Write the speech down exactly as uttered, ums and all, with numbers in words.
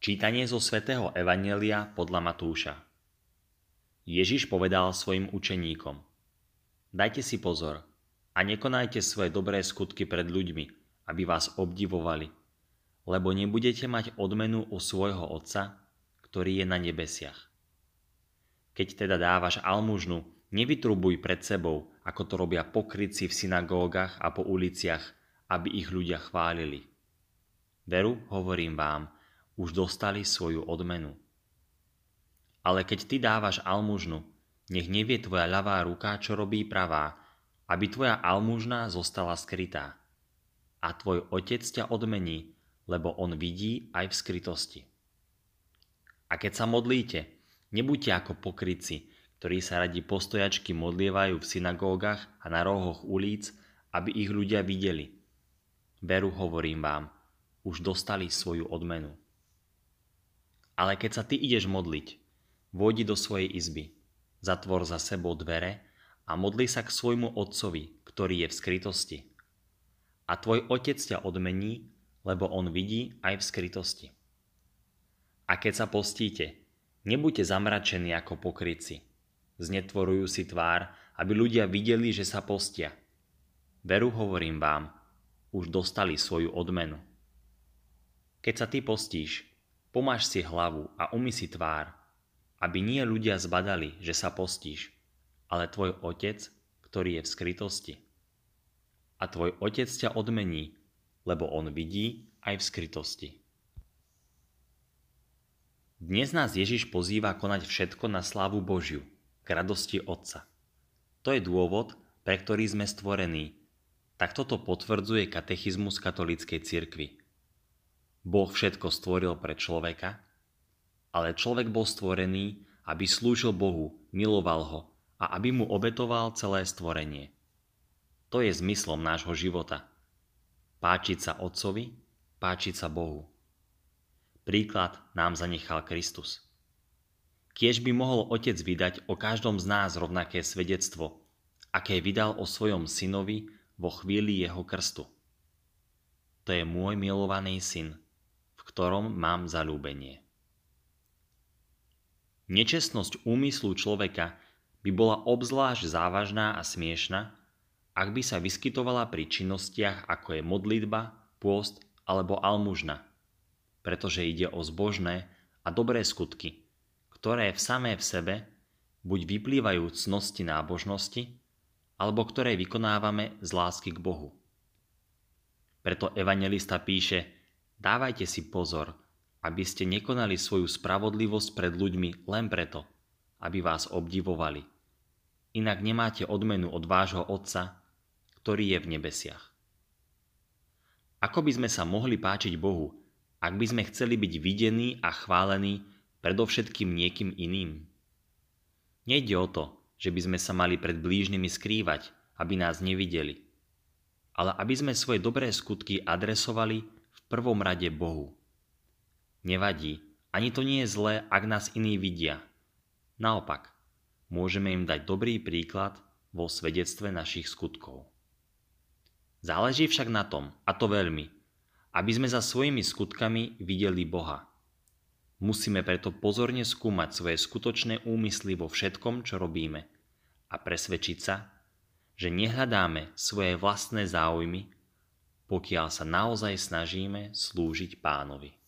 Čítanie zo svätého Evanjelia podľa Matúša. Ježiš povedal svojim učeníkom: Dajte si pozor a nekonajte svoje dobré skutky pred ľuďmi, aby vás obdivovali, lebo nebudete mať odmenu u svojho Otca, ktorý je na nebesiach. Keď teda dávaš almužnu, nevytrubuj pred sebou, ako to robia pokrytci v synagógach a po uliciach, aby ich ľudia chválili. Veru, hovorím vám, už dostali svoju odmenu. Ale keď ty dávaš almužnu, nech nevie tvoja ľavá ruka, čo robí pravá, aby tvoja almužna zostala skrytá. A tvoj Otec ťa odmení, lebo on vidí aj v skrytosti. A keď sa modlíte, nebuďte ako pokrytci, ktorí sa radi postojačky modlievajú v synagógach a na rohoch ulic, aby ich ľudia videli. Veru, hovorím vám, už dostali svoju odmenu. Ale keď sa ty ideš modliť, vojdi do svojej izby, zatvor za sebou dvere a modli sa k svojmu Otcovi, ktorý je v skrytosti. A tvoj Otec ťa odmení, lebo on vidí aj v skrytosti. A keď sa postíte, nebuďte zamračení ako pokrytci. Znetvorujú si tvár, aby ľudia videli, že sa postia. Veru, hovorím vám, už dostali svoju odmenu. Keď sa ty postíš, pomáš si hlavu a umyj si tvár, aby nie ľudia zbadali, že sa postíš, ale tvoj Otec, ktorý je v skrytosti. A tvoj Otec ťa odmení, lebo on vidí aj v skrytosti. Dnes nás Ježiš pozýva konať všetko na slávu Božiu, k radosti Otca. To je dôvod, pre ktorý sme stvorení. Tak toto potvrdzuje katechizmus katolíckej cirkvi. Boh všetko stvoril pre človeka, ale človek bol stvorený, aby slúžil Bohu, miloval ho a aby mu obetoval celé stvorenie. To je zmyslom nášho života. Páčiť sa Otcovi, páčiť sa Bohu. Príklad nám zanechal Kristus. Kiež by mohol Otec vydať o každom z nás rovnaké svedectvo, aké vydal o svojom synovi vo chvíli jeho krstu. To je môj milovaný syn, v ktorom mám zaľúbenie. Nečestnosť úmyslu človeka by bola obzvlášť závažná a smiešna, ak by sa vyskytovala pri činnostiach ako je modlitba, pôst alebo almužna, pretože ide o zbožné a dobré skutky, ktoré v samé v sebe buď vyplývajú z cnosti nábožnosti, alebo ktoré vykonávame z lásky k Bohu. Preto evanjelista píše: Dávajte si pozor, aby ste nekonali svoju spravodlivosť pred ľuďmi len preto, aby vás obdivovali. Inak nemáte odmenu od vášho Otca, ktorý je v nebesiach. Ako by sme sa mohli páčiť Bohu, ak by sme chceli byť videní a chválení predovšetkým niekým iným? Nejde o to, že by sme sa mali pred blížnymi skrývať, aby nás nevideli, ale aby sme svoje dobré skutky adresovali v prvom rade Bohu. Nevadí, ani to nie je zlé, ak nás iní vidia. Naopak, môžeme im dať dobrý príklad vo svedectve našich skutkov. Záleží však na tom, a to veľmi, aby sme za svojimi skutkami videli Boha. Musíme preto pozorne skúmať svoje skutočné úmysly vo všetkom, čo robíme, a presvedčiť sa, že nehľadáme svoje vlastné záujmy, pokiaľ sa naozaj snažíme slúžiť Pánovi.